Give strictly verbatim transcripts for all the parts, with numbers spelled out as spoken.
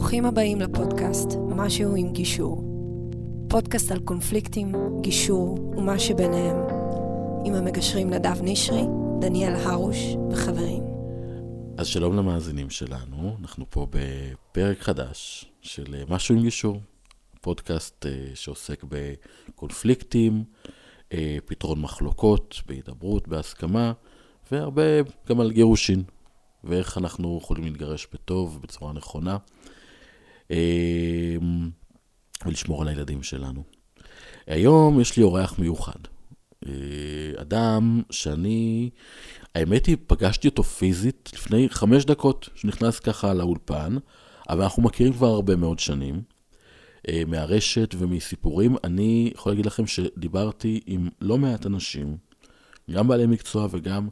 ברוכים הבאים לפודקאסט משהו עם גישור. פודקאסט על קונפליקטים, גישור ומה שביניהם. עם המגשרים נדב נשרי, דניאל הרוש וחברים. אז שלום למאזינים שלנו, אנחנו פה בפרק חדש של משהו עם גישור. פודקאסט שעוסק בקונפליקטים, פתרון מחלוקות, בהידברות, בהסכמה, והרבה גם על גירושין. ואיך אנחנו יכולים להתגרש בטוב, בצורה נכונה, ולשמור על הילדים שלנו. היום יש לי אורח מיוחד. אדם שאני, האמת היא, פגשתי אותו פיזית לפני חמש דקות, שנכנס ככה לאולפן, אבל אנחנו מכירים כבר הרבה מאוד שנים, מהרשת ומסיפורים. אני יכול להגיד לכם שדיברתי עם לא מעט אנשים, גם בעלי מקצוע וגם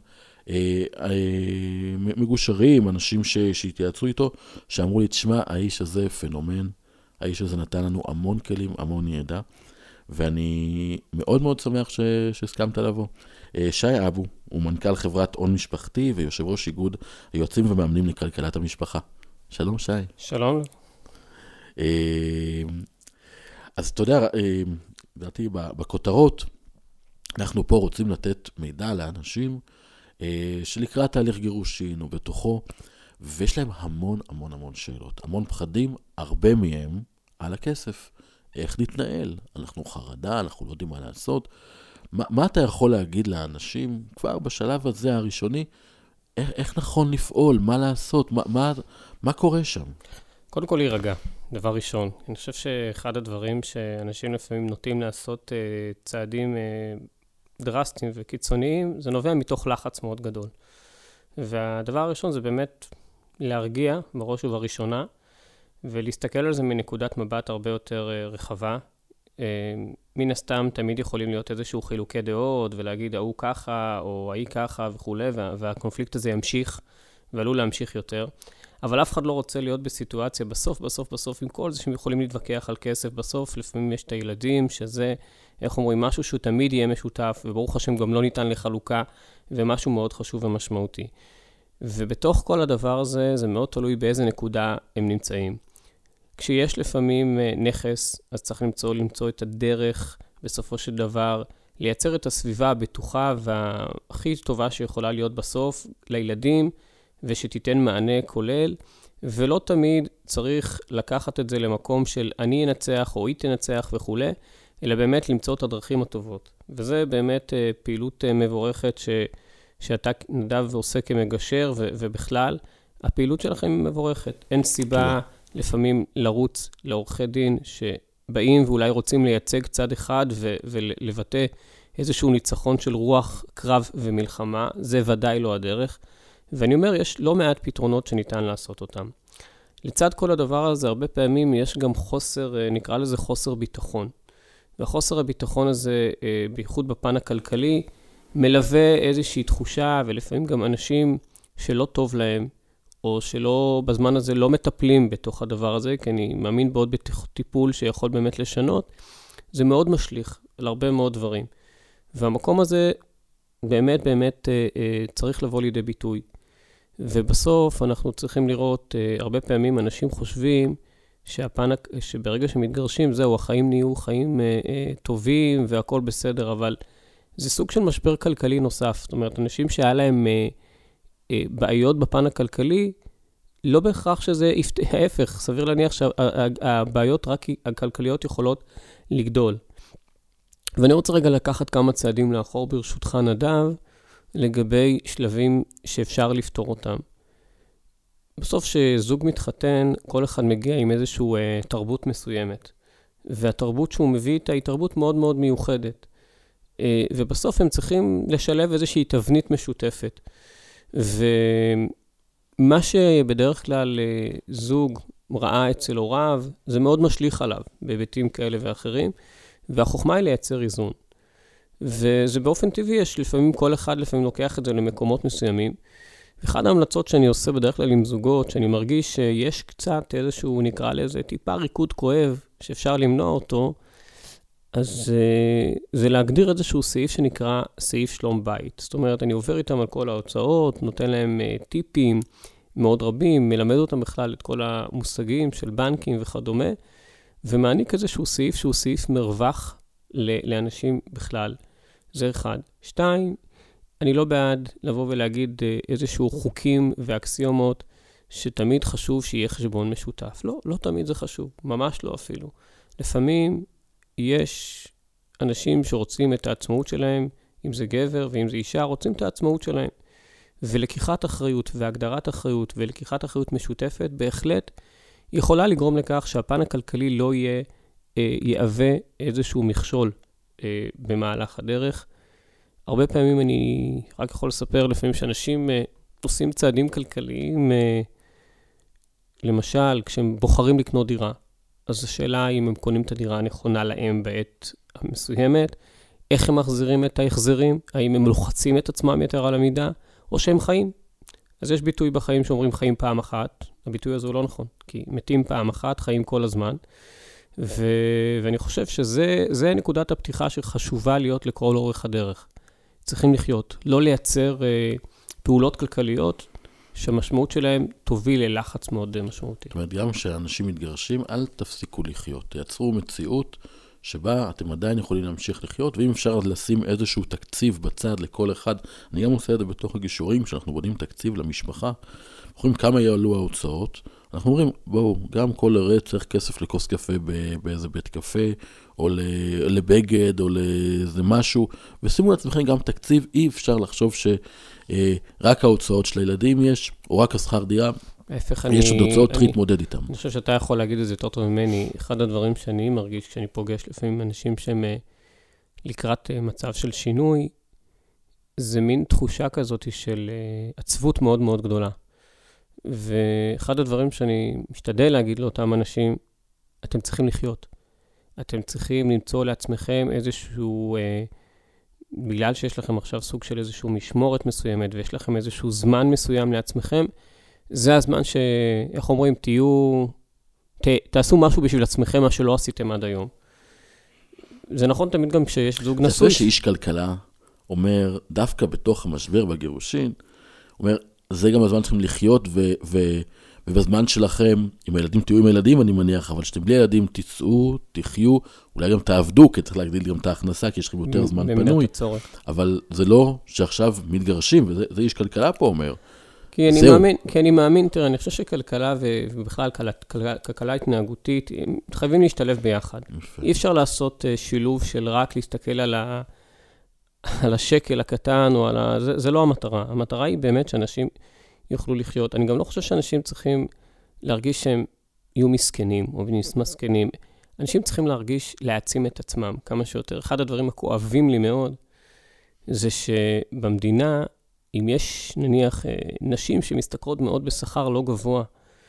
מגושרים, אנשים שהתייעצו איתו, שאמרו לי, תשמע, האיש הזה פנומן, האיש הזה נתן לנו המון כלים, המון ידע, ואני מאוד מאוד שמח שהסכמת לבוא. שי אבו, הוא מנכ"ל חברת הון משפחתי, ויושב ראש איגוד היועצים ומאמנים לכלכלת המשפחה. שלום שי. שלום. אז אתה יודע, דעתי בכותרות, אנחנו פה רוצים לתת מידע לאנשים, שלקראת תהליך גירושין או בתוכו, ויש להם המון המון המון שאלות, המון פחדים, הרבה מהם על הכסף. איך להתנהל? אנחנו חרדה, אנחנו לא יודעים מה לעשות. מה, מה אתה יכול להגיד לאנשים כבר בשלב הזה הראשוני, איך, איך נכון לפעול, מה לעשות, מה, מה, מה קורה שם? קודם כל להירגע, דבר ראשון. אני חושב שאחד הדברים שאנשים לפעמים נוטים לעשות uh, צעדים uh, דרסטיים וקיצוניים, זה נובע מתוך לחץ מאוד גדול. והדבר הראשון זה באמת להרגיע בראש ובראשונה, ולהסתכל על זה מנקודת מבט הרבה יותר רחבה. מן הסתם תמיד יכולים להיות איזשהו חילוקי דעות, ולהגיד, ההוא ככה, או ההיא ככה וכו', והקונפליקט הזה ימשיך, ועלול להמשיך יותר. אבל אף אחד לא רוצה להיות בסיטואציה, בסוף, בסוף, בסוף, עם כל זה שהם יכולים להתווכח על כסף, בסוף לפעמים יש את הילדים, שזה, איך אומרים, משהו שהוא תמיד יהיה משותף, וברוך השם גם לא ניתן לחלוקה, ומשהו מאוד חשוב ומשמעותי. ובתוך כל הדבר הזה, זה מאוד תלוי באיזה נקודה הם נמצאים. כשיש לפעמים נכס, אז צריך למצוא, למצוא את הדרך, בסופו של דבר, לייצר את הסביבה הבטוחה והכי טובה שיכולה להיות בסוף לילדים, ושתיתן מענה כולל, ולא תמיד צריך לקחת את זה למקום של אני אנצח או היא תנצח וכו', אלא באמת למצוא את הדרכים הטובות. וזה באמת פעילות מבורכת ש... שאתה נדב ועושה כמגשר, ו- ובכלל, הפעילות שלכם היא מבורכת. אין סיבה לפעמים לרוץ לעורכי דין שבאים ואולי רוצים לייצג צד אחד ו- ולבטא איזשהו ניצחון של רוח, קרב ומלחמה. זה ודאי לא הדרך. ואני אומר, יש לא מעט פתרונות שניתן לעשות אותם. לצד כל הדבר הזה, הרבה פעמים יש גם חוסר, נקרא לזה חוסר ביטחון. והחוסר הביטחון הזה, בייחוד בפן הכלכלי, מלווה איזושהי תחושה, ולפעמים גם אנשים שלא טוב להם, או שלא בזמן הזה לא מטפלים בתוך הדבר הזה, כי אני מאמין בעוד בטיפול שיכול באמת לשנות, זה מאוד משליך על הרבה מאוד דברים. והמקום הזה באמת באמת צריך לבוא לידי ביטוי. ובסוף אנחנו צריכים לראות, הרבה פעמים אנשים חושבים שהפן, שברגע שמתגרשים, זהו, החיים נהיו חיים טובים והכל בסדר, אבל זה סוג של משבר כלכלי נוסף. זאת אומרת, אנשים שהיה להם אה, אה, בעיות בפן הכלכלי, לא בהכרח שזה ההפך. סביר להניח שהבעיות רק הכלכליות יכולות לגדול. ואני רוצה רגע לקחת כמה צעדים לאחור ברשותך נדב, לגבי שלבים שאפשר לפתור אותם. בסוף שזוג מתחתן, כל אחד מגיע עם איזושהי אה, תרבות מסוימת. והתרבות שהוא מביא איתה היא תרבות מאוד מאוד מיוחדת. ובסוף הם צריכים לשלב איזושהי תבנית משותפת. ומה שבדרך כלל זוג ראה אצל הוריו, זה מאוד משליך עליו, בהיבטים כאלה ואחרים, והחוכמה היא לייצר איזון. וזה באופן טבעי, יש לפעמים כל אחד לפעמים לוקח את זה למקומות מסוימים. אחד ההמלצות שאני עושה בדרך כלל עם זוגות, שאני מרגיש שיש קצת איזשהו, נקרא לזה, טיפה ריקוד כואב, שאפשר למנוע אותו, אז זה להגדיר איזשהו סעיף שנקרא סעיף שלום בית. זאת אומרת, אני עובר איתם על כל ההוצאות, נותן להם טיפים, מאוד רבים, מלמד אותם בכלל את כל המושגים של בנקים וכדומה, ומעניק איזשהו סעיף שהוא סעיף מרווח לאנשים בכלל. זה אחד. שתיים, אני לא בעד לבוא ולהגיד איזשהו חוקים ואקסיומות, שתמיד חשוב שיהיה חשבון משותף. לא, לא תמיד זה חשוב, ממש לא אפילו. לפעמים יש אנשים שרוצים את העצמאות שלהם, אם זה גבר ואם זה אישה, רוצים את העצמאות שלהם. ולקיחת אחריות והגדרת אחריות ולקיחת אחריות משותפת, בהחלט יכולה לגרום לכך שהפן הכלכלי לא יהיה, אה, יהווה איזשהו מכשול אה, במהלך הדרך. הרבה פעמים אני רק יכול לספר לפעמים שאנשים אה, עושים צעדים כלכליים, אה, למשל, כשהם בוחרים לקנות דירה, אז השאלה אם הם קונים את הדירה הנכונה להם בעת המסוימת, איך הם מחזירים את ההחזרים, האם הם לוחצים את עצמם יותר על המידה, או שהם חיים. אז יש ביטוי בחיים שאומרים חיים פעם אחת, הביטוי הזה הוא לא נכון, כי מתים פעם אחת, חיים כל הזמן, ו... ואני חושב שזה זה נקודת הפתיחה שחשובה להיות לכל אורך הדרך. צריכים לחיות, לא לייצר אה, פעולות כלכליות, שהמשמעות שלהם תוביל ללחץ מאוד משמעותי. זאת אומרת, גם כשאנשים מתגרשים, אל תפסיקו לחיות. תייצרו מציאות שבה אתם עדיין יכולים להמשיך לחיות, ואם אפשר לשים איזשהו תקציב בצד לכל אחד, אני גם עושה את זה בתוך הגישורים, כשאנחנו בונים תקציב למשפחה, אנחנו רואים כמה יעלו ההוצאות, אנחנו אומרים, בואו, גם כל הרי צריך כסף לכוס קפה באיזה בית קפה, או לבגד, או לאיזה משהו, ושימו לעצמכם גם תקציב, אי אפשר לחשוב שרק ההוצאות של הילדים יש, או רק השכר דירה, יש עוד הוצאות, צריך להתמודד איתם. אני חושב שאתה יכול להגיד את זה יותר טוב ממני. אחד הדברים שאני מרגיש כשאני פוגש לפעמים אנשים שהם לקראת מצב של שינוי, זה מין תחושה כזאת של עצבות מאוד מאוד גדולה. ואחד הדברים שאני משתדל להגיד לאותם אנשים, אתם צריכים לחיות. אתם צריכים למצוא לעצמכם איזשהו, בגלל שיש לכם עכשיו סוג של איזשהו משמורת מסוימת, ויש לכם איזשהו זמן מסוים לעצמכם, זה הזמן ש... איך אומרים, תהיו... ת... תעשו משהו בשביל עצמכם, מה שלא עשיתם עד היום. זה נכון תמיד גם כשיש זוג נשוי. זה שאיש כלכלה אומר, דווקא בתוך המשבר בגירושין, אומר, זה גם הזמן צריכים לחיות, ו... ו... ובזמן שלכם, עם הילדים, תהיו עם הילדים, אני מניח, אבל שאתם בלי ילדים, תצאו, תחיו, אולי גם תעבדו, כי צריך להגדיל גם את ההכנסה, כי יש לכם יותר זמן פנוי. אבל זה לא שעכשיו מתגרשים, וזה זה איש כלכלה פה אומר. כי אני מאמין, כי אני מאמין, תראה, אני חושב שכלכלה ובכלל כלכלה התנהגותית, הם חייבים להשתלב ביחד. אי אפשר לעשות שילוב של רק להסתכל על ה... על השקל הקטן, או על ה... זה, זה לא המטרה. המטרה היא באמת שאנשים יוכלו לחיות. אני גם לא חושב שאנשים צריכים להרגיש שהם יהיו מסכנים, או מסכנים. אנשים צריכים להרגיש, להעצים את עצמם כמה שיותר. אחד הדברים הכואבים לי מאוד, זה שבמדינה, אם יש נניח נשים שמסתכרות מאוד בשכר לא גבוה,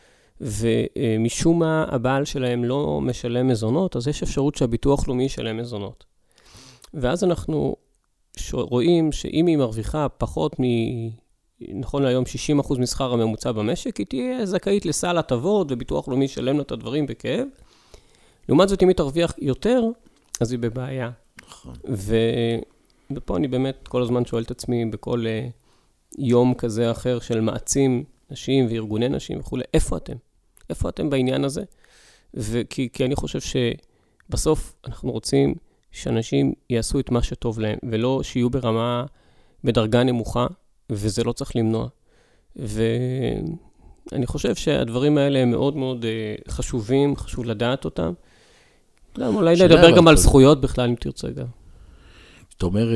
ומשום מה הבעל שלהם לא משלם מזונות, אז יש אפשרות שהביטוח לאומי ישלם מזונות. ואז אנחנו רואים שאם היא מרוויחה פחות מ... נכון להיום שישים אחוז משכר הממוצע במשק, היא תהיה זכאית לסל הטבות, וביטוח לאומי ישלם לה את הדברים בכאב. לעומת זאת, אם היא תרוויח יותר, אז היא בבעיה. נכון. ו... ופה אני באמת כל הזמן שואל את עצמי, בכל יום כזה אחר של מעצים נשים וארגוני נשים וכו', איפה אתם? איפה אתם בעניין הזה? וכי, כי אני חושב שבסוף אנחנו רוצים שאנשים יעשו את מה שטוב להם, ולא שיהיו ברמה, בדרגה נמוכה, וזה לא צריך למנוע. ואני חושב שהדברים האלה הם מאוד מאוד חשובים, חשוב לדעת אותם. אולי נדבר גם על זכויות בכלל, אם תרצה גם. אתה אומר...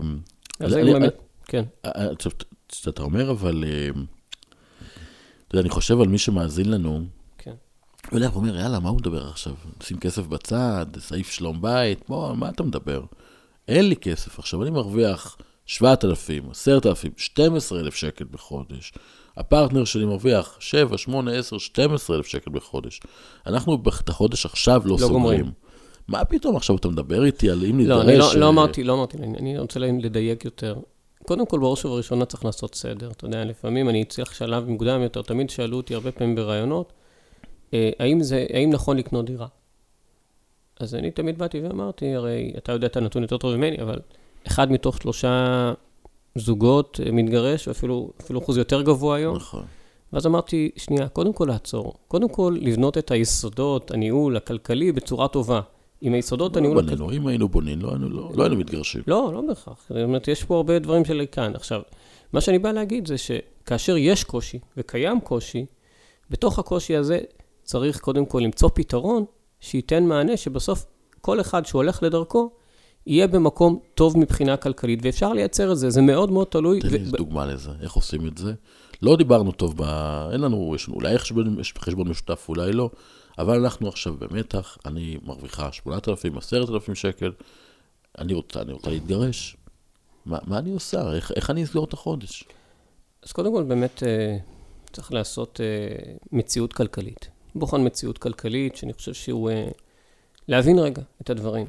כן. אתה אומר, אבל... אני חושב על מי שמאזין לנו, הוא אומר, יאללה, מה הוא מדבר עכשיו? נשים כסף בצד, סעיף שלום בית, בוא, מה אתה מדבר? אין לי כסף. עכשיו, אני מרוויח שבעת אלפים, עשרת אלפים, שנים עשר אלף שקל בחודש. הפרטנר שלי מרוויח שבע, שמונה, עשר, שנים עשר אלף שקל בחודש. אנחנו בחודש עכשיו לא סוגרים. מה פתאום עכשיו אתה מדבר איתי על אם נדרש... לא, אני לא אמרתי, לא אמרתי, אני רוצה לדייק יותר. קודם כל, בראש ובראשונה צריך לעשות סדר. אתה יודע, לפעמים אני צריך שלב מוקדם יותר, תמיד שאלו אותי הרבה פעמים ברעיונות, האם זה, האם נכון לקנות דירה? אז אני תמיד באתי ואמרתי, הרי אתה יודע את הנתון יותר טוב ממני, אבל אחד מתוך שלושה זוגות מתגרש, ואפילו אפילו אחוז יותר גבוה היום. נכון. ואז אמרתי, שנייה, קודם כל לעצור. קודם כל לבנות את היסודות, הניהול, הכלכלי, בצורה טובה. עם היסודות הניהול... לא בנינו, אם היינו בונים, לא היינו מתגרשים. לא, לא בהכרח. זאת אומרת, יש פה הרבה דברים של כאן. עכשיו, מה שאני בא להגיד זה שכאשר יש קושי, וקיים קושי, בתוך הקושי הזה צריך קודם כל למצוא פתרון, שייתן מענה שבסוף כל אחד שהולך לדרכו, יהיה במקום טוב מבחינה כלכלית, ואפשר לייצר את זה, זה מאוד מאוד תלוי. תן לי ו... דוגמה לזה, איך עושים את זה? לא דיברנו טוב, ב... אין לנו, יש, אולי חשבון, יש חשבון משותף, אולי לא, אבל אנחנו עכשיו במתח, אני מרוויחה שמונת אלפים, עשרת אלפים שקל, אני רוצה, אני רוצה להתגרש. מה, מה אני עושה? איך, איך אני אסגור את החודש? אז קודם כל באמת אה, צריך לעשות אה, מציאות כלכלית. בוחן מציאות כלכלית, שאני חושב שהוא אה, להבין רגע את הדברים.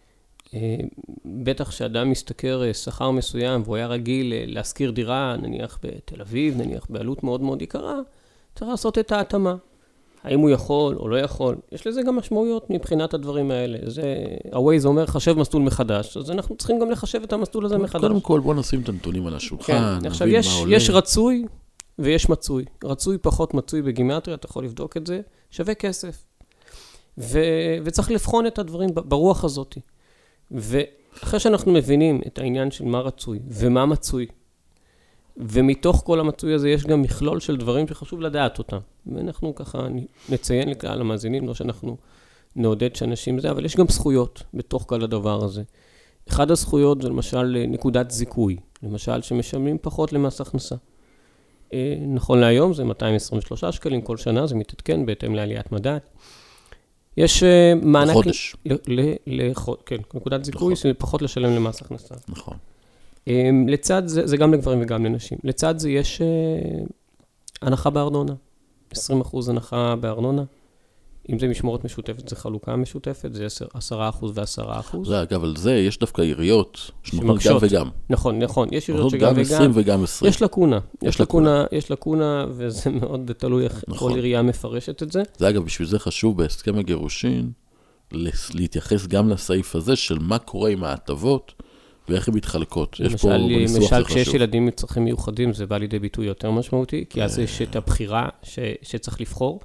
בטח שאדם מסתכר שכר מסוים, והוא היה רגיל להשכיר דירה, נניח בתל אביב, נניח בעלות מאוד מאוד יקרה, צריך לעשות את ההתאמה. האם הוא יכול או לא יכול. יש לזה גם משמעויות מבחינת הדברים האלה. זה, ה-Waze אומר, חשב מסלול מחדש, אז אנחנו צריכים גם לחשב את המסלול הזה מחדש. קודם כל, בוא נשים את הנתונים על השולחן, כן. עכשיו, יש, יש רצוי ויש מצוי. רצוי פחות מצוי בגימטריה, אתה יכול לבדוק את זה, שווה כסף. ו, וצריך לבחון את הדברים ברוח הזאת. ואחרי שאנחנו מבינים את העניין של מה רצוי ומה מצוי, ומתוך כל המצוי הזה יש גם מכלול של דברים שחשוב לדעת אותם. ואנחנו ככה נציין לקהל המאזינים, לא שאנחנו נעודד שאנשים זה, אבל יש גם זכויות בתוך כל הדבר הזה. אחד הזכויות זה למשל נקודת זיכוי, למשל שמשלמים פחות למס הכנסה. נכון להיום זה מאתיים עשרים ושלושה שקלים כל שנה, זה מתעדכן בהתאם לעליית מדד. יש מענק... לחודש. כן, נקודת זיכוי, שפחות לשלם למס הכנסה. נכון. לצד זה, זה גם לגברים וגם לנשים. לצד זה יש הנחה בארנונה. עשרים אחוז הנחה בארנונה. אם זה משמורת משותפת, זה חלוקה משותפת, זה עשרה אחוז ועשרה אחוז. זה, אגב, על זה יש דווקא עיריות שנותנות גם וגם. נכון, נכון. יש עיריות שגם וגם. גם עשרים וגם עשרים. יש לקונה. יש לקונה, יש לקונה, וזה מאוד תלוי איך כל עירייה מפרשת את זה. זה, אגב, בשביל זה חשוב בהסכם הגירושין, להתייחס גם לסעיף הזה של מה קורה עם ההטבות, ואיך הן מתחלקות. למשל, כשיש ילדים עם צרכים מיוחדים, זה בא לידי ביטוי יותר משמעותי, כי אז יש את הבחירה שצריך לבחור.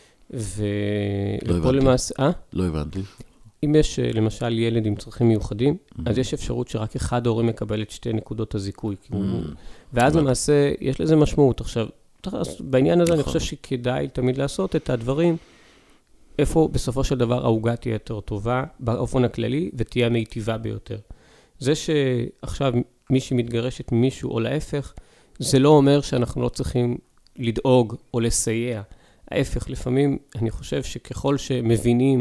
לא הבנתי. לא הבנתי. אם יש למשל ילד עם צרכים מיוחדים, אז יש אפשרות שרק אחד ההורים מקבל את שתי נקודות הזיכוי. ואז למעשה יש לזה משמעות. עכשיו, בעניין הזה אני חושב שכדאי תמיד לעשות את הדברים, איפה בסופו של דבר העוגה תהיה יותר טובה, באופן הכללי, ותהיה מיטיבה ביותר. זה שעכשיו מישהי מתגרשת ממישהו או להפך, זה לא אומר שאנחנו לא צריכים לדאוג או לסייע. ההפך, לפעמים אני חושב שככל שמבינים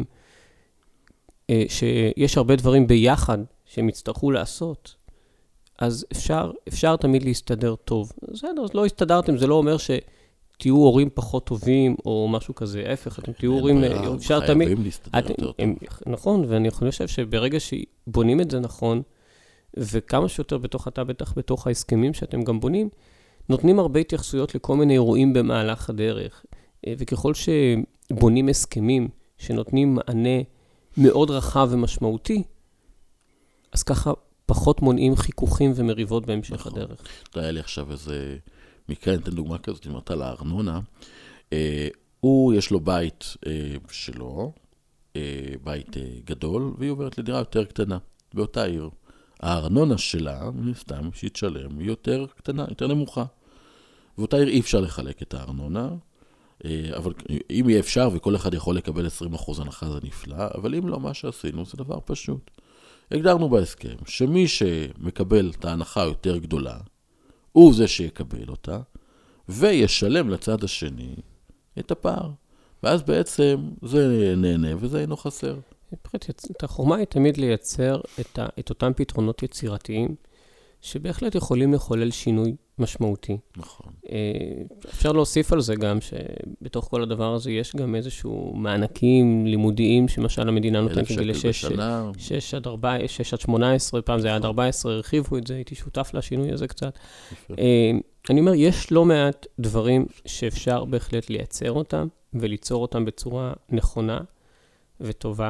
אה, שיש הרבה דברים ביחד שהם יצטרכו לעשות, אז אפשר, אפשר תמיד להסתדר טוב. בסדר, אז לא הסתדרתם, זה לא אומר שתהיו הורים פחות טובים או משהו כזה. ההפך, אתם תהיו הורים, אפשר תמיד... חייבים להסתדר יותר טוב. נכון, ואני חושב שברגע שבונים את זה נכון, וכמה שיותר בתוך אתה בטח בתוך ההסכמים שאתם גם בונים, נותנים הרבה התייחסויות לכל מיני אירועים במהלך הדרך. וככל שבונים הסכמים שנותנים מענה מאוד רחב ומשמעותי, אז ככה פחות מונעים חיכוכים ומריבות בהמשך נכון. הדרך. אתה היה לי עכשיו איזה מקרה, ניתן דוגמה כזאת, אמרת על הארנונה, אה, הוא יש לו בית אה, שלו, אה, בית אה, גדול, והיא עוברת לדירה יותר קטנה, באותה עיר. הארנונה שלה, סתם שהיא תשלם, היא יותר קטנה, יותר נמוכה. ואותה עיר אי אפשר לחלק את הארנונה, אבל אם יהיה אפשר וכל אחד יכול לקבל עשרים אחוז הנחה זה נפלא, אבל אם לא, מה שעשינו זה דבר פשוט. הגדרנו בהסכם שמי שמקבל את ההנחה יותר גדולה, הוא זה שיקבל אותה, וישלם לצד השני את הפער. ואז בעצם זה נהנה וזה אינו חסר. החוכמה היא תמיד לייצר את, ה, את אותם פתרונות יצירתיים, שבהחלט יכולים לחולל שינוי משמעותי. נכון. אפשר להוסיף על זה גם שבתוך כל הדבר הזה יש גם איזשהו מענקים לימודיים, שמשל המדינה נותנת בגיל שש עד שמונה עשרה, פעם זה היה עד ארבע עשרה, הרחיבו את זה, הייתי שותף לשינוי הזה קצת. אני אומר, יש לא מעט דברים שאפשר בהחלט לייצר אותם, וליצור אותם בצורה נכונה וטובה,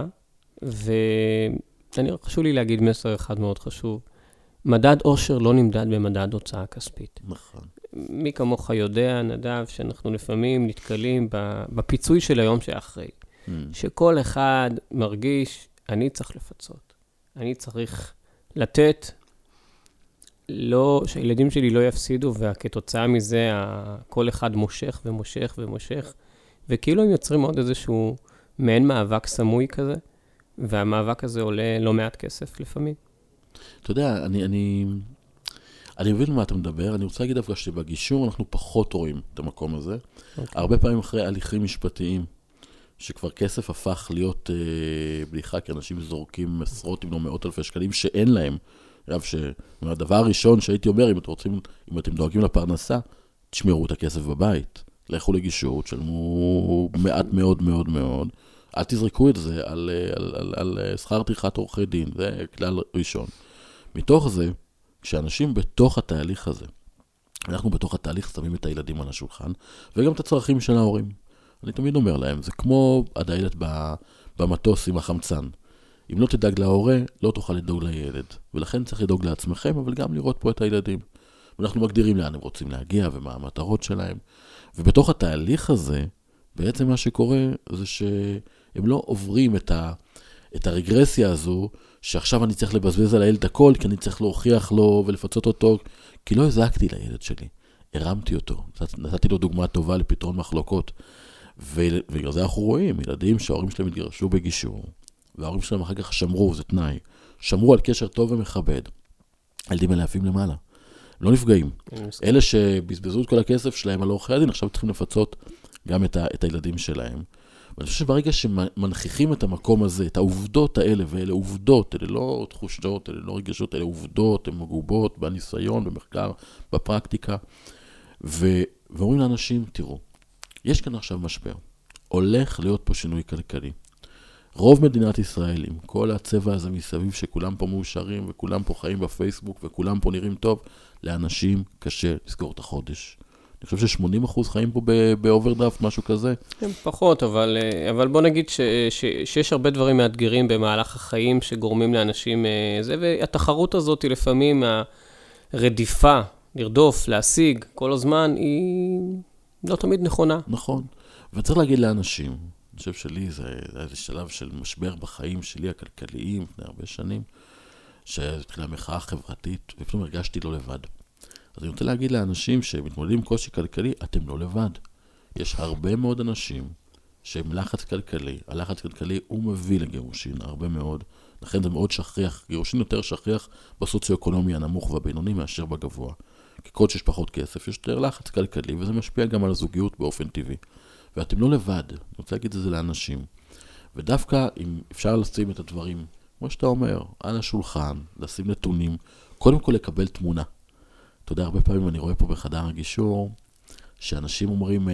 ואני חשוב לי להגיד מסר אחד מאוד חשוב, מדד עושר לא נמדד במדד הוצאה כספית. נכון. מי כמוך יודע, נדב, שאנחנו לפעמים נתקלים בפיצוי של היום שאחרי. Mm. שכל אחד מרגיש, אני צריך לפצות. אני צריך לתת, לא, שהילדים שלי לא יפסידו, וכתוצאה מזה, כל אחד מושך ומושך ומושך, וכאילו הם יוצרים עוד איזשהו מעין מאבק סמוי כזה, והמאבק הזה עולה לא מעט כסף לפעמים. אתה יודע, אני, אני, אני מבין מה אתה מדבר, אני רוצה להגיד דווקא שבגישור אנחנו פחות רואים את המקום הזה. Okay. הרבה פעמים אחרי הליכים משפטיים, שכבר כסף הפך להיות אה, בדיחה, כי אנשים זורקים עשרות אם לא מאות אלפי שקלים שאין להם. אגב, שהדבר הראשון שהייתי אומר, אם אתם רוצים, אם אתם דואגים לפרנסה, תשמרו את הכסף בבית. לכו לגישור, תשלמו מעט מאוד מאוד מאוד. אל תזרקו את זה על, על, על, על, על שכר טרחת עורכי דין, זה כלל ראשון. מתוך זה, כשאנשים בתוך התהליך הזה, אנחנו בתוך התהליך שמים את הילדים על השולחן, וגם את הצרכים של ההורים. אני תמיד אומר להם, זה כמו הדיילת במטוס עם החמצן. אם לא תדאג להורה, לא תוכל לדאוג לילד. ולכן צריך לדאוג לעצמכם, אבל גם לראות פה את הילדים. ואנחנו מגדירים לאן הם רוצים להגיע, ומה המטרות שלהם. ובתוך התהליך הזה, בעצם מה שקורה זה שהם לא עוברים את, ה, את הרגרסיה הזו, שעכשיו אני צריך לבזבז על הילד הכל, כי אני צריך להוכיח לו ולפצות אותו, כי לא הזעקתי לילד שלי, הרמתי אותו, נתתי לו דוגמה טובה לפתרון מחלוקות, ובגלל זה אנחנו רואים ילדים שההורים שלהם התגרשו בגישור, וההורים שלהם אחר כך שמרו, זה תנאי, שמרו על קשר טוב ומכבד, הילדים האלה עפים למעלה, לא נפגעים. אלה שבזבזו את כל הכסף שלהם על עורכי הדין, עכשיו צריכים לפצות גם את, ה, את הילדים שלהם. ואני חושב שברגע שמנכיחים את המקום הזה, את העובדות האלה, ואלה עובדות, אלה לא תחושות, אלה לא רגשות, אלה עובדות, הן מגובות בניסיון, במחקר, בפרקטיקה, ו, ואומרים לאנשים, תראו, יש כאן עכשיו משבר, הולך להיות פה שינוי כלכלי. רוב מדינת ישראל, עם כל הצבע הזה מסביב, שכולם פה מאושרים, וכולם פה חיים בפייסבוק, וכולם פה נראים טוב, לאנשים קשה לסגור את החודש. אני חושב ש-שמונים אחוז חיים פה באוברדרפט, משהו כזה. פחות, אבל, אבל בוא נגיד ש, ש, שיש הרבה דברים מאתגרים במהלך החיים שגורמים לאנשים זה, והתחרות הזאת היא לפעמים הרדיפה, לרדוף, להשיג, כל הזמן היא לא תמיד נכונה. נכון, וצריך להגיד לאנשים, אני חושב שלי זה, זה איזה שלב של משבר בחיים שלי הכלכליים, לפני הרבה שנים, שהתחילה מחאה חברתית, ופתאום הרגשתי לא לבד. אז אני רוצה להגיד לאנשים שמתמודדים עם קושי כלכלי, אתם לא לבד. יש הרבה מאוד אנשים שהם לחץ כלכלי. הלחץ כלכלי הוא מביא לגירושין, הרבה מאוד. לכן זה מאוד שכיח. גירושין יותר שכיח בסוציו-אקונומי הנמוך והבינוני מאשר בגבוה. כי כל שיש פחות כסף, יש יותר לחץ כלכלי, וזה משפיע גם על הזוגיות באופן טבעי. ואתם לא לבד. אני רוצה להגיד את זה לאנשים. ודווקא אם אפשר לשים את הדברים, כמו שאתה אומר, על השולחן, לשים נתונים, קודם כל לקבל תמונה. אתה יודע, הרבה פעמים אני רואה פה בחדר הגישור, שאנשים אומרים,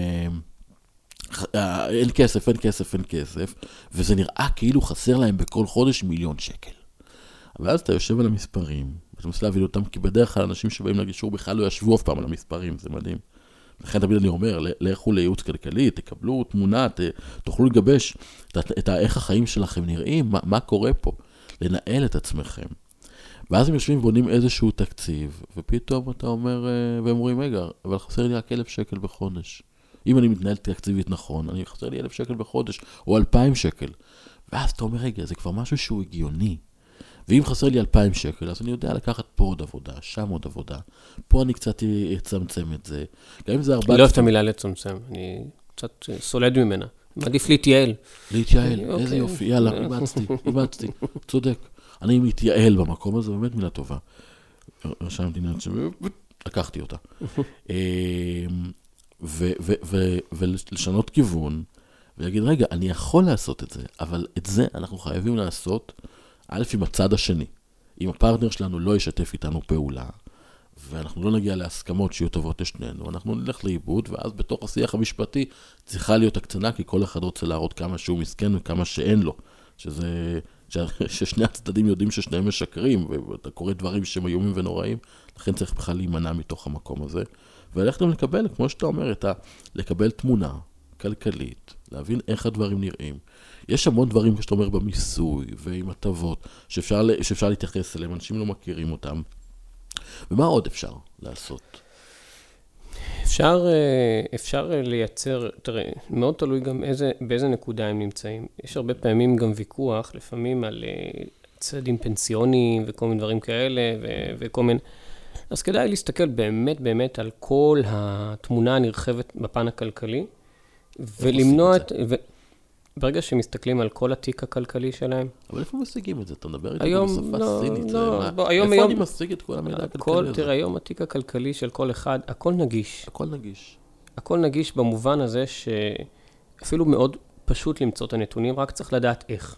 אין כסף, אין כסף, אין כסף, וזה נראה כאילו חסר להם בכל חודש מיליון שקל. ואז אתה יושב על המספרים, ואתה מנסה להבין אותם, כי בדרך כלל אנשים שבאים לגישור בכלל לא ישבו אף פעם על המספרים, זה מדהים. לכן תמיד אני אומר, לכו לייעוץ כלכלי, תקבלו תמונה, תוכלו לגבש את איך החיים שלכם נראים, מה, מה קורה פה, לנהל את עצמכם. ואז הם יושבים ובונים איזשהו תקציב, ופתאום אתה אומר, והם אומרים, רגע, אבל חסר לי רק אלף שקל בחודש. אם אני מתנהל תקציבית נכון, אני חסר לי אלף שקל בחודש, או אלפיים שקל. ואז אתה אומר, רגע, זה כבר משהו שהוא הגיוני. ואם חסר לי אלפיים שקל, אז אני יודע לקחת פה עוד עבודה, שם עוד עבודה. פה אני קצת אצמצם את זה. גם אם זה ארבע... אני לא אוהב את המילה לצמצם, אני קצת סולד ממנה. מעדיף להתייעל. להתייעל, איזה יופי, יאללה, איבצתי, איבצתי, צודק. אני מתייעל במקום הזה, באמת מילה טובה. רשמתי נעד לקחתי אותה. ולשנות כיוון, ולהגיד, רגע, אני יכול לעשות את זה, אבל את זה אנחנו חייבים לעשות, א' עם הצד השני. אם הפרטנר שלנו לא ישתף איתנו פעולה, ואנחנו לא נגיע להסכמות שיהיו טובות לשנינו, אנחנו נלך לאיבוד, ואז בתוך השיח המשפטי צריכה להיות הקצנה, כי כל אחד רוצה להראות כמה שהוא מסכן וכמה שאין לו. שזה... ששני הצדדים יודעים ששניהם משקרים, ואתה קורא דברים שהם איומים ונוראים, לכן צריך בכלל להימנע מתוך המקום הזה, ולכת גם לקבל, כמו שאתה אומר, את ה... לקבל תמונה כלכלית, להבין איך הדברים נראים. יש המון דברים, שאתה אומר, במיסוי ועם הטבות, שאפשר, שאפשר להתייחס אליהם, אנשים לא מכירים אותם. ומה עוד אפשר לעשות? אפשר, אפשר לייצר, תראה, מאוד תלוי גם איזה, באיזה נקודה הם נמצאים. יש הרבה פעמים גם ויכוח, לפעמים על צעדים פנסיוניים וכל מיני דברים כאלה, ו- וכל מיני... אז כדאי להסתכל באמת באמת על כל התמונה הנרחבת בפן הכלכלי, ולמנוע את... ו... ברגע שמסתכלים על כל התיק הכלכלי שלהם... אבל איפה משיגים את זה? אתה מדבר איתי היום, בשפה לא, סינית. לא, מה... בוא, היום, איפה היום, אני משיג את כל המידע הכל, הכלכלי הזה? תראה, היום התיק הכלכלי של כל אחד, הכל נגיש. הכל נגיש. הכל נגיש במובן הזה שאפילו מאוד פשוט למצוא את הנתונים, רק צריך לדעת איך.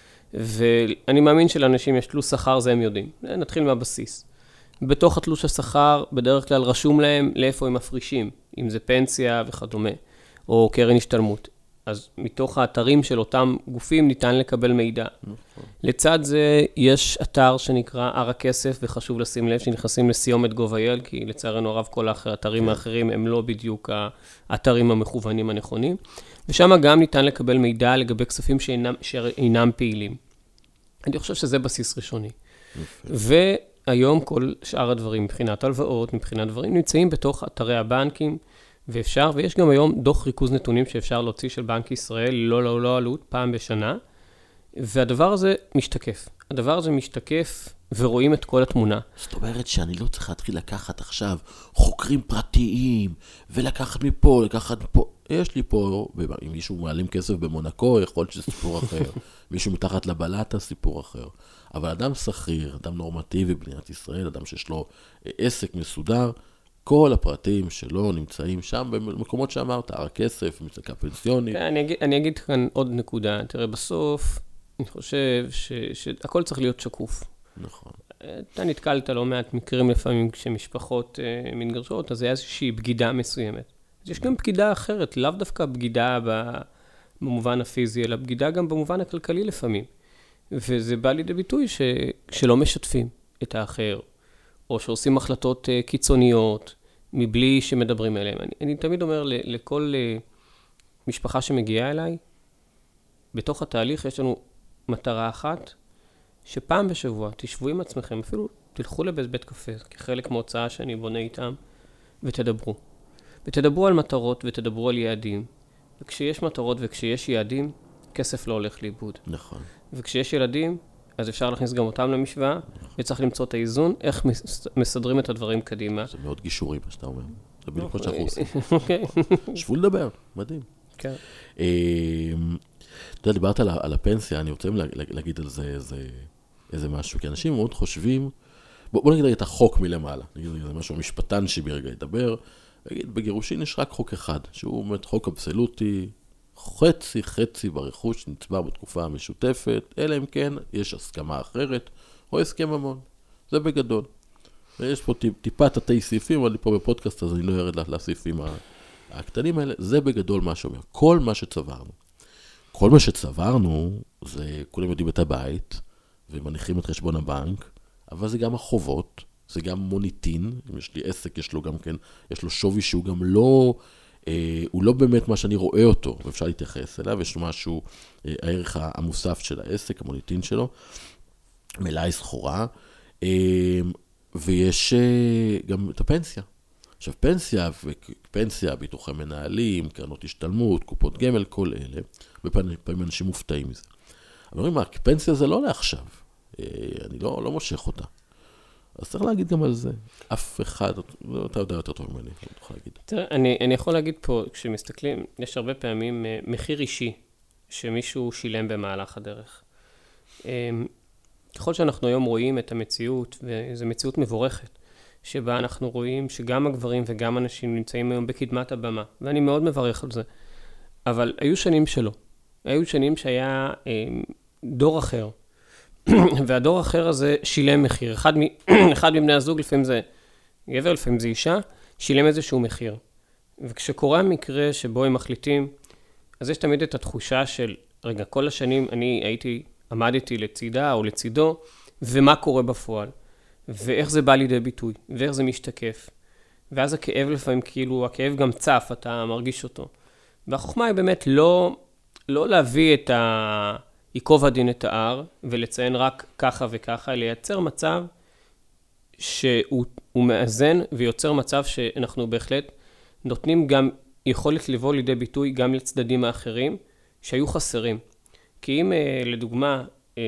ואני מאמין שלאנשים יש תלוש שכר, זה הם יודעים. נתחיל מהבסיס. בתוך התלוש השכר, בדרך כלל רשום להם לאיפה הם מפרישים, אם זה פנסיה וכדומה, או קרן השתלמות. אז מתוך האתרים של אותם גופים ניתן לקבל מידע. נכון. לצד זה יש אתר שנקרא הר הכסף, וחשוב לשים לב שנכנסים לסיומת גוב.איי.אל, כי לצערנו הרב כל האתרים כן. האחרים הם לא בדיוק האתרים המכוונים הנכונים, ושם גם ניתן לקבל מידע לגבי כספים שאינם, שאינם פעילים. אני חושב שזה בסיס ראשוני. והיום כל שאר הדברים, מבחינת הלוואות, מבחינת דברים, נמצאים בתוך אתרי הבנקים, ואפשר, ויש גם היום דוח ריכוז נתונים שאפשר להוציא של בנק ישראל, לא, לא, לא עלות, פעם בשנה, והדבר הזה משתקף. הדבר הזה משתקף ורואים את כל התמונה. זאת אומרת שאני לא צריך להתחיל לקחת עכשיו חוקרים פרטיים, ולקחת מפה, לקחת מפה. יש לי פה, אם מישהו מעלים כסף במונקו, יכול להיות שזה סיפור אחר. מישהו מתחת לבלטה, סיפור אחר. אבל אדם שכיר, אדם נורמטיבי במדינת ישראל, אדם שיש לו עסק מסודר, כל הפרטים שלו נמצאים שם במקומות שאמרת, הר הכסף, מצדקה פנסיונית. אני אגיד, אני אגיד כאן עוד נקודה. תראה, בסוף, אני חושב ש, שהכל צריך להיות שקוף. נכון. אתה נתקלת לא מעט מקרים לפעמים כשמשפחות אה, מתגרשות, אז היה איזושהי בגידה מסוימת. אז יש גם בגידה אחרת, לאו דווקא בגידה במובן הפיזי, אלא בגידה גם במובן הכלכלי לפעמים. וזה בא לידי ביטוי ש, שלא משתפים את האחר, או שעושים החלטות uh, קיצוניות, מבלי שמדברים אליהם. אני, אני תמיד אומר ל, לכל uh, משפחה שמגיעה אליי, בתוך התהליך יש לנו מטרה אחת, שפעם בשבוע תשבו עם עצמכם, אפילו תלכו לבית בית קפה, כחלק מהוצאה שאני בונה איתם, ותדברו. ותדברו על מטרות ותדברו על יעדים. וכשיש מטרות וכשיש יעדים, כסף לא הולך לאיבוד. נכון. וכשיש ילדים, אז אפשר להכניס גם אותם למשוואה, וצריך למצוא את האיזון, איך מסדרים את הדברים קדימה. זה מאוד גישורי, מה שאתה אומר. זה בדיוק מה שאנחנו עושים. שבו לדבר, מדהים. כן. אתה יודע, דיברת על הפנסיה, אני רוצה להגיד על זה איזה משהו, כי אנשים מאוד חושבים, בוא נגיד את החוק מלמעלה, נגיד זה משהו משפטן שברגע ידבר, נגיד בגירושין יש רק חוק אחד, שהוא באמת חוק אבסולוטי, חצי חצי ברכוש נצבר בתקופה המשותפת, אלא אם כן יש הסכמה אחרת, או הסכם ממון. זה בגדול. ויש פה טיפ, טיפה תתי סעיפים, אבל פה בפודקאסט הזה אני לא ירד לסעיפים הקטנים האלה, זה בגדול מה שאומר. כל מה שצברנו. כל מה שצברנו, זה כולם יודעים את הבית, ומניחים את חשבון הבנק, אבל זה גם החובות, זה גם מוניטין, אם יש לי עסק, יש לו גם כן, יש לו שווי שהוא גם לא... הוא לא באמת מה שאני רואה אותו, ואפשר להתייחס אליו, יש משהו, הערך המוסף של העסק, המוניטין שלו, מלאי סחורה, ויש גם את הפנסיה. עכשיו, פנסיה, פנסיה, ביטוחי מנהלים, קרנות השתלמות, קופות גמל, כל אלה, בפעמים אנשים מופתעים מזה. אבל אומרים, מה, פנסיה זה לא לעכשיו, אני לא, לא מושך אותה. אז צריך להגיד גם על זה. אף אחד, אתה יודע יותר טוב ממני, אני יכול להגיד. תראה, אני, אני יכול להגיד פה, כשמסתכלים, יש הרבה פעמים מחיר אישי שמישהו שילם במהלך הדרך. ככל שאנחנו היום רואים את המציאות, וזו מציאות מבורכת, שבה אנחנו רואים שגם הגברים וגם אנשים נמצאים היום בקדמת הבמה, ואני מאוד מברך על זה. אבל היו שנים שלא. היו שנים שהיה דור אחר, והדור האחר הזה שילם מחיר. אחד, מ... אחד מבני הזוג, לפעמים זה גבר, לפעמים זה אישה, שילם איזשהו מחיר. וכשקורה מקרה שבו הם מחליטים, אז יש תמיד את התחושה של, רגע, כל השנים אני הייתי, עמדתי לצידה או לצידו, ומה קורה בפועל, ואיך זה בא לידי ביטוי, ואיך זה משתקף. ואז הכאב לפעמים, כאילו, הכאב גם צף, אתה מרגיש אותו. והחוכמה היא באמת לא, לא להביא את ה... ייקוב הדין את ההר, ולציין רק ככה וככה, לייצר מצב שהוא מאזן, ויוצר מצב שאנחנו בהחלט נותנים גם יכולת לבוא לידי ביטוי גם לצדדים האחרים שהיו חסרים. כי אם לדוגמה,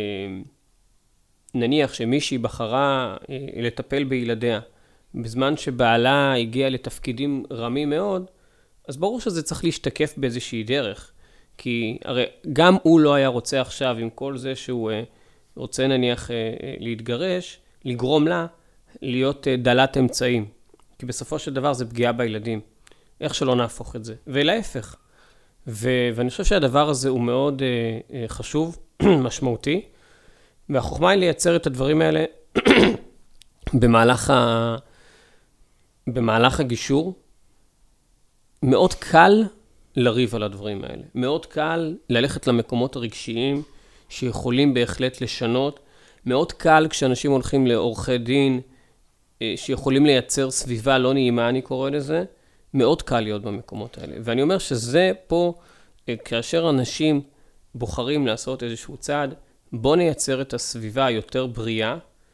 נניח שמישהי בחרה לטפל בילדיה, בזמן שבעלה הגיע לתפקידים רמים מאוד, אז ברור שזה צריך להשתקף באיזושהי דרך. כי הרי גם הוא לא היה רוצה עכשיו, עם כל זה שהוא רוצה נניח להתגרש, לגרום לה להיות דלת אמצעים. כי בסופו של דבר זה פגיעה בילדים. איך שלא נהפוך את זה. ולהפך. ו- ואני חושב שהדבר הזה הוא מאוד uh, uh, חשוב, משמעותי. והחוכמה היא לייצר את הדברים האלה במהלך, ה... במהלך הגישור. מאוד קל לריב על הדברים האלה. מאוד קל ללכת למקומות הרגשיים שיכולים בהחלט לשנות. מאוד קל כשאנשים הולכים לעורכי דין שיכולים לייצר סביבה לא נעימה, אני קורא לזה, מאוד קל להיות במקומות האלה. ואני אומר שזה פה, כאשר אנשים בוחרים לעשות איזשהו צעד, בוא נייצר את הסביבה היותר בריאה,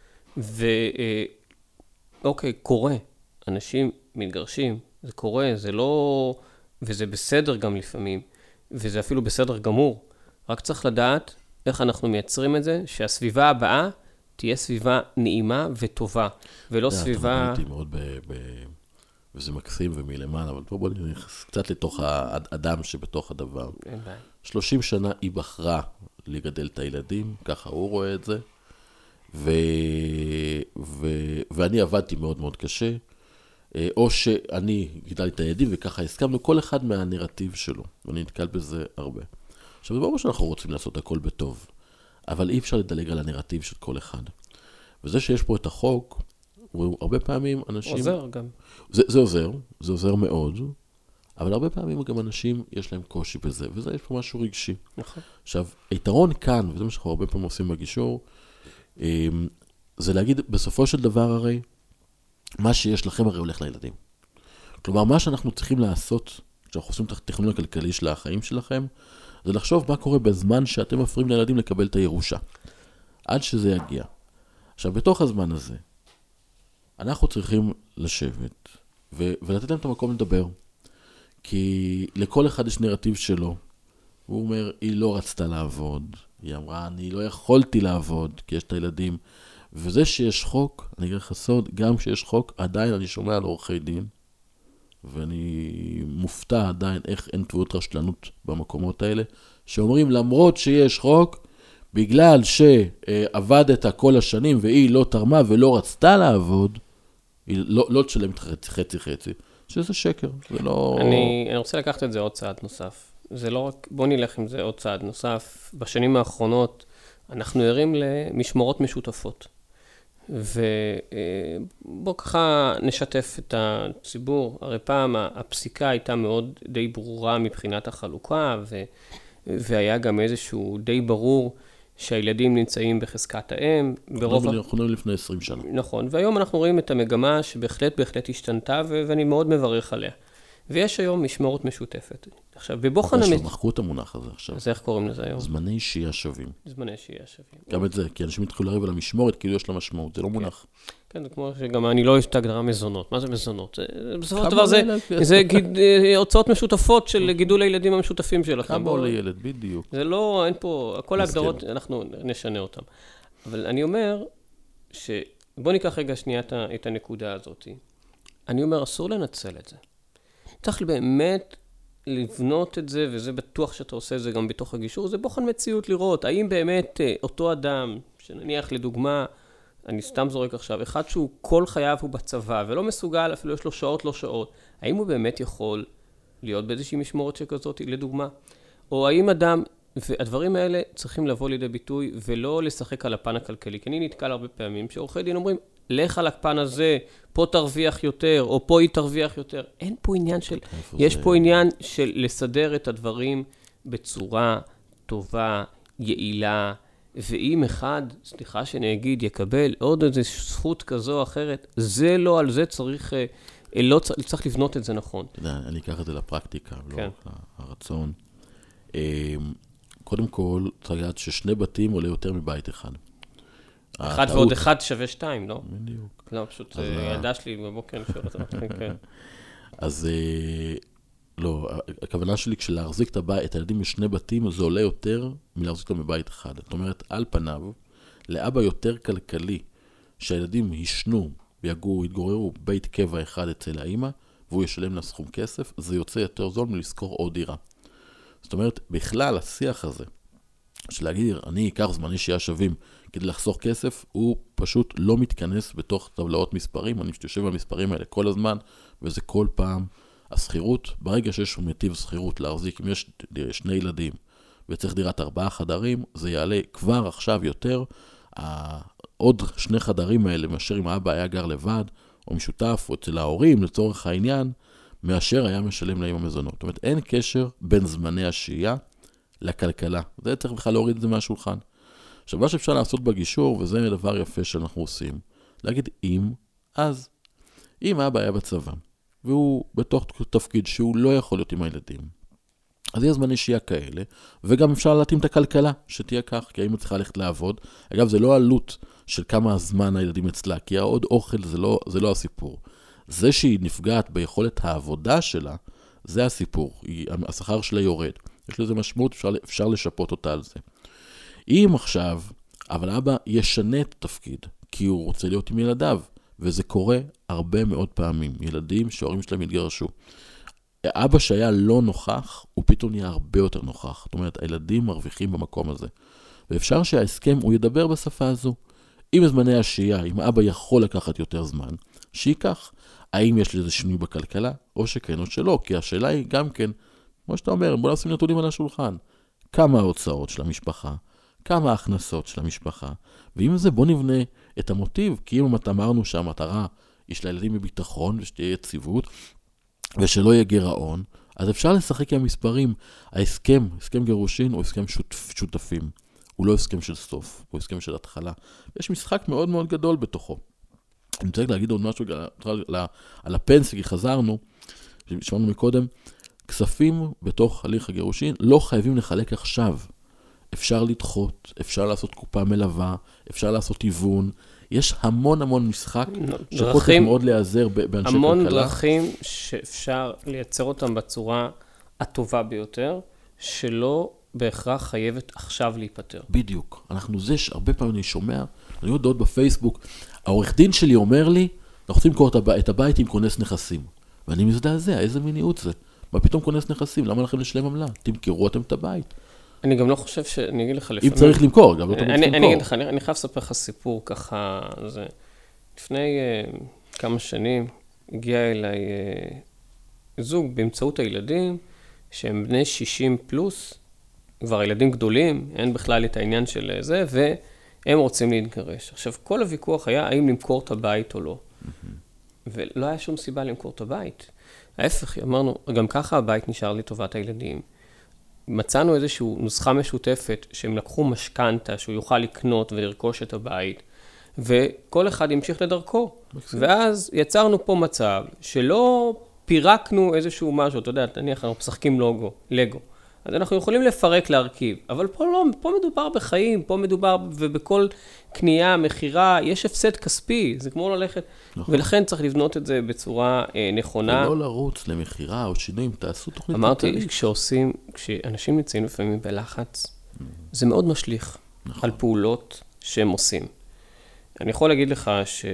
ואוקיי, קורה. אנשים מתגרשים, זה קורה, זה לא, וזה בסדר גם לפעמים, וזה אפילו בסדר גמור. רק צריך לדעת איך אנחנו מייצרים את זה, שהסביבה הבאה תהיה סביבה נעימה וטובה, ולא סביבה... אתה מאוד ב... וזה מקסים ומלמעלה, אבל בואו נכנס קצת לתוך האדם שבתוך הדבר. אין בעיה. שלושים שנה היא בחרה לגדל את הילדים, ככה הוא רואה את זה, ו... ו... ואני עבדתי מאוד מאוד קשה, או שאני גידלתי את הילדים וככה הסכמנו, כל אחד מהנרטיב שלו, ואני נתקל בזה הרבה. עכשיו, זה ברור שאנחנו רוצים לעשות הכל בטוב, אבל אי אפשר לדלג על הנרטיב של כל אחד. וזה שיש פה את החוק, הוא הרבה פעמים אנשים... עוזר גם. זה, זה עוזר, זה עוזר מאוד, אבל הרבה פעמים גם אנשים יש להם קושי בזה, וזה יש פה משהו רגשי. נכון. עכשיו, היתרון כאן, וזה מה שאנחנו הרבה פעמים עושים בגישור, זה להגיד, בסופו של דבר הרי, מה שיש לכם הרי הולך לילדים. כלומר, מה שאנחנו צריכים לעשות, כשאנחנו עושים את התכנון הכלכלי של החיים שלכם, זה לחשוב מה קורה בזמן שאתם מפריעים לילדים לקבל את הירושה. עד שזה יגיע. עכשיו, בתוך הזמן הזה, אנחנו צריכים לשבת ו- ולתת להם את המקום לדבר. כי לכל אחד יש נרטיב שלו. הוא אומר, היא לא רצתה לעבוד. היא אמרה, אני לא יכולתי לעבוד, כי יש את הילדים. וזה שיש חוק, אני אגיד לך סוד, גם כשיש חוק, עדיין אני שומע על עורכי דין, ואני מופתע עדיין איך אין תביעות רשלנות במקומות האלה, שאומרים, למרות שיש חוק, בגלל שעבדת כל השנים והיא לא תרמה ולא רצתה לעבוד, היא לא, לא תשלם חצי חצי, שזה שקר, זה לא... אני, אני רוצה לקחת את זה עוד צעד נוסף. זה לא רק, בוא נלך עם זה עוד צעד נוסף. בשנים האחרונות אנחנו ערים למשמורות משותפות. ובוא ככה נשתף את הציבור. הרי פעם הפסיקה הייתה מאוד די ברורה מבחינת החלוקה, ו... והיה גם איזשהו די ברור שהילדים נמצאים בחזקת האם. ברוב... אנחנו נראים לפני עשרים שנה. נכון, והיום אנחנו רואים את המגמה שבהחלט בהחלט השתנתה, ו... ואני מאוד מברך עליה. ויש היום משמורת משותפת. עכשיו, בבוחן... אבל מחקו את המונח הזה עכשיו. אז איך קוראים לזה היום? זמני שהייה שווים. זמני שהייה שווים. גם את זה, כי אנשים התחילו לריב על המשמורת, כאילו יש לה משמעות, זה לא מונח. כן, זה כמו שגם אני לא אוהב את ההגדרה מזונות. מה זה מזונות? בסופו של דבר זה הוצאות משותפות של גידול הילדים המשותפים שלכם. כמה עולה ילד, בדיוק. זה לא, אין פה, כל ההגדרות, אנחנו נשנה אותם. אבל אני אומר, בוא ניקח רגע שנייה את הנקודה הזאת. אני אומר, אסור לנצל את זה. צריך באמת לבנות את זה, וזה בטוח שאתה עושה את זה גם בתוך הגישור, זה בוחן מציאות לראות, האם באמת אותו אדם, שנניח לדוגמה, אני סתם זורק עכשיו, אחד שהוא כל חייו הוא בצבא, ולא מסוגל, אפילו יש לו שעות לא שעות, האם הוא באמת יכול להיות באיזושהי משמורת שכזאת, לדוגמה? או האם אדם, והדברים האלה צריכים לבוא לידי ביטוי, ולא לשחק על הפן הכלכלי, כי אני נתקל הרבה פעמים, שעורכי דין אומרים, לך על הפן הזה, פה תרוויח יותר, או פה היא תרוויח יותר. אין פה עניין של, יש פה עניין של לסדר את הדברים בצורה טובה, יעילה, ואם אחד, סליחה שאני אגיד, יקבל עוד איזו זכות כזו או אחרת, זה לא, על זה צריך, לא צריך לבנות את זה נכון. אתה יודע, אני אקח את זה לפרקטיקה, לא הרצון. קודם כל, צריך לדעת ששני בתים עולה יותר מבית אחד. אחד ועוד אחד שווה שתיים, לא? בדיוק. לא, פשוט ילדה שלי בבוקר נפער אותה. אז לא, הכוונה שלי, כשלהחזיק את, הבית, את הילדים בשני בתים, זה עולה יותר מלהחזיק אותם בבית אחד. זאת אומרת, על פניו, לאבא יותר כלכלי, שהילדים ישנו, ויגעו, יתגוררו בית קבע אחד אצל האמא, והוא ישלם לה סכום כסף, זה יוצא יותר זול מלזכור עוד דירה. זאת אומרת, בכלל, השיח הזה, של להגיד, אני אקח זמני שיהיה שווים כדי לחסוך כסף, הוא פשוט לא מתכנס בתוך טבלאות מספרים. אני יושב במספרים האלה כל הזמן, וזה כל פעם הסחירות. ברגע שיש מטיב סחירות להחזיק, אם יש שני ילדים וצריך דירת ארבעה חדרים, זה יעלה כבר עכשיו יותר. עוד שני חדרים האלה, מאשר אם האבא היה גר לבד, או משותף, או אצל ההורים, לצורך העניין, מאשר היה משלם להם המזונות. זאת אומרת, אין קשר בין זמני השהייה לכלכלה. זה צריך בכלל להוריד את זה מהשולחן. עכשיו, מה שאפשר לעשות בגישור, וזה דבר יפה שאנחנו עושים, להגיד אם, אז. אם האבא היה בצבא, והוא בתוך תפקיד שהוא לא יכול להיות עם הילדים, אז יהיה זמני שהייה כאלה, וגם אפשר להתאים את הכלכלה שתהיה כך, כי האמא צריכה ללכת לעבוד. אגב, זה לא עלות של כמה זמן הילדים אצלה, כי עוד אוכל זה לא, זה לא הסיפור. זה שהיא נפגעת ביכולת העבודה שלה, זה הסיפור. היא, השכר שלה יורד. יש לזה משמעות, אפשר, אפשר לשפות אותה על זה. אם עכשיו, אבל אבא ישנה את התפקיד, כי הוא רוצה להיות עם ילדיו, וזה קורה הרבה מאוד פעמים. ילדים שההורים שלהם יתגרשו. אבא שהיה לא נוכח, הוא פתאום נהיה הרבה יותר נוכח. זאת אומרת, הילדים מרוויחים במקום הזה. ואפשר שההסכם, הוא ידבר בשפה הזו. אם זמני השהייה, אם אבא יכול לקחת יותר זמן, שיקח. האם יש לזה שינוי בכלכלה, או שכן או שלא, כי השאלה היא גם כן, כמו שאתה אומר, בוא נשים נתונים על השולחן. כמה ההוצאות של המשפחה, כמה ההכנסות של המשפחה, ואם זה בוא נבנה את המוטיב, כי אם אמרנו שהמטרה יש לילדים בביטחון ושתהיה יציבות, ושלא יהיה גירעון, אז אפשר לשחק עם המספרים. ההסכם, הסכם גירושין, הוא הסכם שותפ, שותפים. הוא לא הסכם של סוף, הוא הסכם של התחלה. יש משחק מאוד מאוד גדול בתוכו. אני צריך להגיד עוד משהו על, על הפנסיה, כי חזרנו, שמענו מקודם, כספים בתוך הליך הגירושין לא חייבים לחלק עכשיו. אפשר לדחות, אפשר לעשות קופה מלווה, אפשר לעשות היוון. יש המון המון משחק שפה צריך מאוד להיעזר באנשי כלכלה. המון דרכים שאפשר לייצר אותם בצורה הטובה ביותר, שלא בהכרח חייבת עכשיו להיפטר. בדיוק. אנחנו זה שהרבה פעמים אני שומע, אני יודע עוד בפייסבוק, העורך דין שלי אומר לי, אנחנו רוצים לקרוא את הבית עם כונס נכסים. ואני מזדעזע, איזה מיניעות זה? מה פתאום כונס נכסים? למה לכם לשלם עמלה? תמכרו אתם את הבית. אני גם לא חושב שאני אגיד לך לפעמים... אם צריך למכור, גם לא תמיד למכור. אני אגיד לך, אני חייב לספר לך סיפור ככה, זה... לפני כמה שנים הגיע אליי זוג באמצעות הילדים, שהם בני שישים פלוס, כבר ילדים גדולים, אין בכלל את העניין של זה, והם רוצים להתגרש. עכשיו, כל הוויכוח היה האם למכור את הבית או לא. ולא היה שום סיבה למכור את הבית. ההפך, אמרנו, גם ככה הבית נשאר לטובת הילדים. מצאנו איזושהי נוסחה משותפת, שהם לקחו משכנתה, שהוא יוכל לקנות ולרכוש את הבית, וכל אחד ימשיך לדרכו. ואז יצרנו פה מצב שלא פירקנו איזשהו משהו, אתה יודע, נניח, אנחנו משחקים לוגו, לגו. אז אנחנו יכולים לפרק, להרכיב, אבל פה לא, פה מדובר בחיים, פה מדובר ובכל קנייה, מחירה, יש הפסד כספי, זה כמו ללכת, נכון. ולכן צריך לבנות את זה בצורה אה, נכונה. ולא לרוץ למחירה או שינויים, תעשו תוכנית. אמרתי, כשעושים, כשאנשים נמצאים לפעמים בלחץ, mm. זה מאוד משליך נכון. על פעולות שהם עושים. אני יכול להגיד לך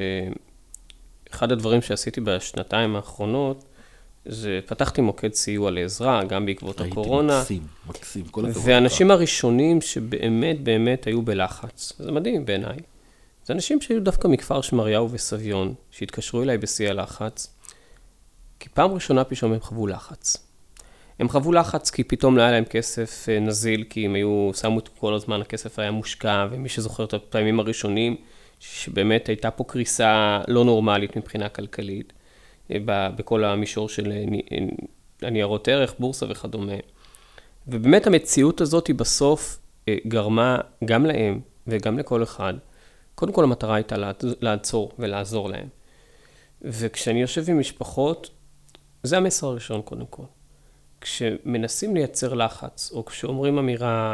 שאחד הדברים שעשיתי בשנתיים האחרונות, זה פתחתי מוקד סיוע לעזרה, גם בעקבות הקורונה. הייתי מקסים, מקסים, כל הכבוד. ואנשים הראשונים שבאמת באמת היו בלחץ, זה מדהים בעיניי. זה אנשים שהיו דווקא מכפר שמריהו וסביון, שהתקשרו אליי בשיא הלחץ, כי פעם ראשונה פתאום הם חוו לחץ. הם חוו לחץ כי פתאום לא היה להם כסף נזיל, כי הם היו, שמו את כל הזמן, הכסף היה מושקע, ומי שזוכר את הפעמים הראשונים, שבאמת הייתה פה קריסה לא נורמלית מבחינה כלכלית. בכל המישור של הניירות ערך, בורסה וכדומה. ובאמת המציאות הזאת היא בסוף גרמה גם להם וגם לכל אחד. קודם כל המטרה הייתה לעצור ולעזור להם. וכשאני יושב עם משפחות, זה המסר הראשון קודם כל. כשמנסים לייצר לחץ, או כשאומרים אמירה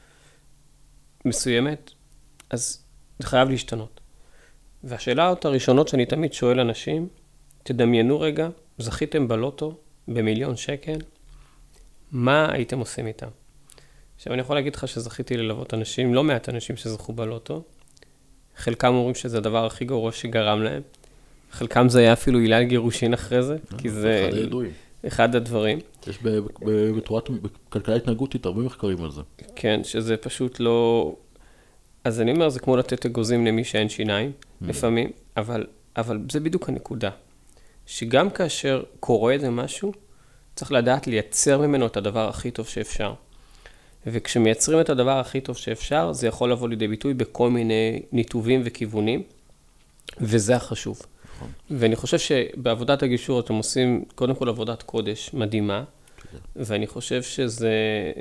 מסוימת, אז זה חייב להשתנות. והשאלה הראשונות שאני תמיד שואל אנשים, תדמיינו רגע זכיתם בלוטו במיליון שקל, מה הייתם עושים איתם? עכשיו, אני יכול להגיד לך שזכיתי ללוות אנשים, לא מעט אנשים שזכו בלוטו. חלקם אומרים שזה הדבר הכי גרוע שגרם להם. חלקם זה היה אפילו עילה גירושין אחרי זה, כי זה אחד הדברים. יש בתורת, בכלכלה התנהגותית הרבה מחקרים על זה. כן, שזה פשוט לא... אז אני אומר, זה כמו לתת אגוזים למי שאין שיניים, לפעמים, אבל, אבל זה בדיוק הנקודה. שגם כאשר קורה איזה משהו, צריך לדעת לייצר ממנו את הדבר הכי טוב שאפשר. וכשמייצרים את הדבר הכי טוב שאפשר, זה יכול לבוא לידי ביטוי בכל מיני ניתובים וכיוונים, וזה החשוב. נכון. ואני חושב שבעבודת הגישור אתם עושים קודם כל עבודת קודש מדהימה, ואני חושב שזה,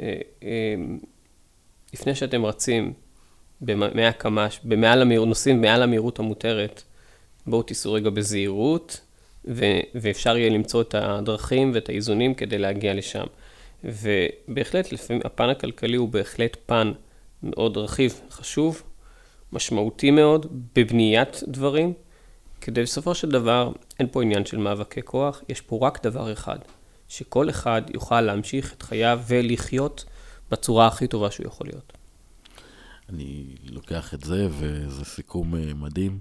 לפני שאתם רצים במאה קמ"ש, במעל המהירות, נוסעים מעל המהירות המותרת, בואו תיסעו רגע בזהירות, ו- ואפשר יהיה למצוא את הדרכים ואת האיזונים כדי להגיע לשם. ובהחלט, לפעמים הפן הכלכלי הוא בהחלט פן מאוד רכיב, חשוב, משמעותי מאוד, בבניית דברים, כדי בסופו של דבר, אין פה עניין של מאבקי כוח, יש פה רק דבר אחד, שכל אחד יוכל להמשיך את חייו ולחיות בצורה הכי טובה שהוא יכול להיות. אני לוקח את זה, וזה סיכום מדהים.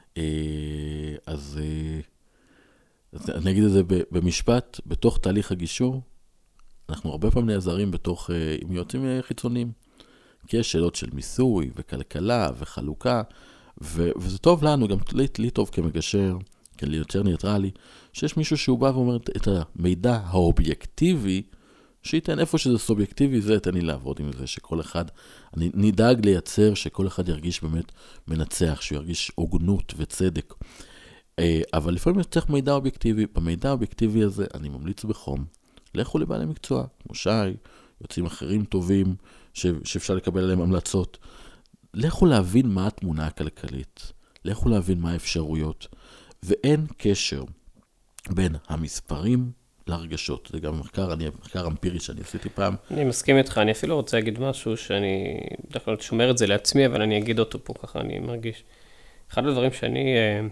אז אני אגיד את זה במשפט, בתוך תהליך הגישור, אנחנו הרבה פעמים נעזרים בתוך, עם יועצים חיצוניים, כי יש שאלות של מיסוי וכלכלה וחלוקה, ו- וזה טוב לנו, גם לי, לי טוב כמגשר, כליותר ניטרלי, שיש מישהו שהוא בא ואומר את המידע האובייקטיבי, שייתן איפה שזה סובייקטיבי, זה תן לי לעבוד עם זה, שכל אחד, אני נדאג לייצר שכל אחד ירגיש באמת מנצח, שהוא ירגיש הוגנות וצדק. אבל לפעמים צריך מידע אובייקטיבי, במידע האובייקטיבי הזה אני ממליץ בחום, לכו לבעלי מקצוע, כמו שי, יוצאים אחרים טובים, ש- שאפשר לקבל עליהם המלצות. לכו להבין מה התמונה הכלכלית, לכו להבין מה האפשרויות, ואין קשר בין המספרים להרגשות. זה גם מחקר, אני, מחקר אמפירי שאני עשיתי פעם. אני מסכים איתך, אני אפילו רוצה להגיד משהו שאני בדרך כלל שומר את זה לעצמי, אבל אני אגיד אותו פה ככה, אני מרגיש. אחד הדברים שאני אה,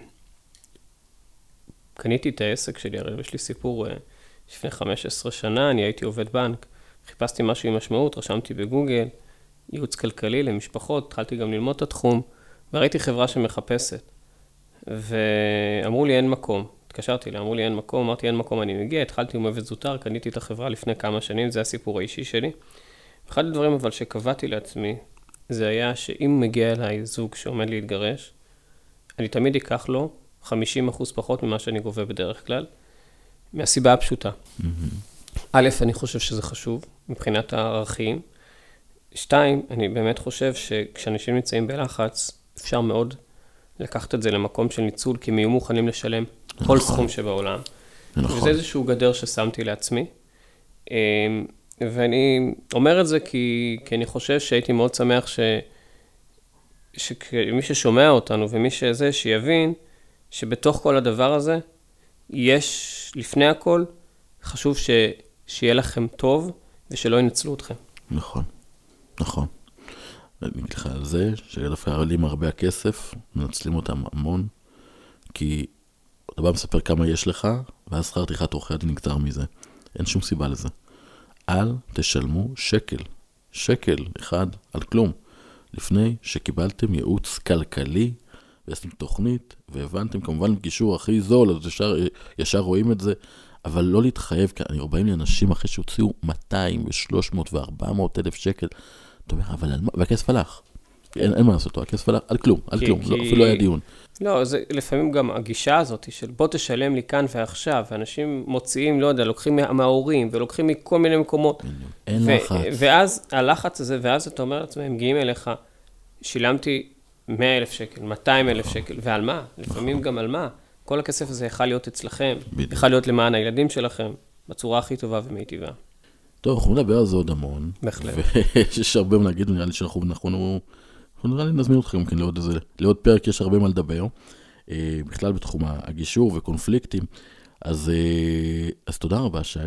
קניתי את העסק שלי, הרי יש לי סיפור אה, לפני חמש עשרה שנה, אני הייתי עובד בנק, חיפשתי משהו עם משמעות, רשמתי בגוגל, ייעוץ כלכלי למשפחות, התחלתי גם ללמוד את התחום, וראיתי חברה שמחפשת. ואמרו לי אין מקום, התקשרתי לה, אמרו לי אין מקום, אמרתי אין מקום, אני מגיע, התחלתי עם עובד זוטר, קניתי את החברה לפני כמה שנים, זה הסיפור האישי שלי. אחד הדברים אבל שקבעתי לעצמי, זה היה שאם מגיע אליי זוג שעומד להתגרש, אני תמיד אקח לו חמישים אחוז פחות ממה שאני גובה בדרך כלל, מהסיבה הפשוטה. א', אני חושב שזה חשוב, מבחינת הערכים. שתיים, אני באמת חושב שכשאנשים נמצאים בלחץ, אפשר מאוד לקחת את זה למקום של ניצול, כי הם יהיו מוכנים לשלם כל סכום שבעולם. וזה איזשהו גדר ששמתי לעצמי. ואני אומר את זה כי, כי אני חושב שהייתי מאוד שמח ש, שמי ששומע אותנו ומי שזה, שיבין שבתוך כל הדבר הזה, יש לפני הכל, חשוב ש, שיהיה לכם טוב ושלא ינצלו אתכם. נכון, נכון. אני אגיד לך על זה, שדווקא עולים הרבה הכסף, מנצלים אותם המון, כי אתה בא מספר כמה יש לך, ואז שכר טרחת עורכי הדין נגזר מזה. אין שום סיבה לזה. אל תשלמו שקל, שקל אחד על כלום, לפני שקיבלתם ייעוץ כלכלי, ועשיתם תוכנית, והבנתם כמובן בגישור הכי זול, אז ישר, ישר רואים את זה, אבל לא להתחייב, כי אני רואים לי אנשים אחרי שהוציאו מאתיים ושלוש מאות וארבע מאות אלף שקל, אתה אומר, אבל על מה? והכסף הלך. אין, אין מה לעשות אותו, הכסף הלך על כלום, על כי, כלום, כי... לא, אפילו לא היה דיון. לא, זה לפעמים גם הגישה הזאת של בוא תשלם לי כאן ועכשיו, ואנשים מוציאים, לא יודע, לוקחים מההורים, ולוקחים מכל מיני מקומות. אין ו- לחץ. ואז הלחץ הזה, ואז אתה אומר לעצמם, הם מגיעים אליך, שילמתי מאה אלף שקל, מאתיים אלף שקל, ועל מה? לפעמים גם על מה? כל הכסף הזה יכול להיות אצלכם, יכול להיות למען הילדים שלכם, בצורה הכי טובה ומיטיבה. טוב, אנחנו נדבר על זה עוד המון. בהחלט. ויש הרבה מה להגיד, נראה לי שאנחנו, אנחנו, נראה לי נזמין אותך גם כן לעוד איזה, לעוד פרק, יש הרבה מה לדבר, בכלל בתחום הגישור וקונפליקטים. אז, אז תודה רבה, שי.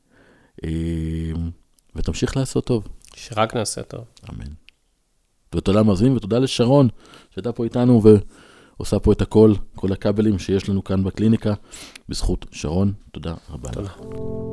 ותמשיך לעשות טוב. שרק נעשה טוב. אמן. ותודה למאזינים, ותודה לשרון, שהייתה פה איתנו עושה פה את הכל, כל הכבלים שיש לנו כאן בקליניקה, בזכות שרון. תודה רבה. תודה.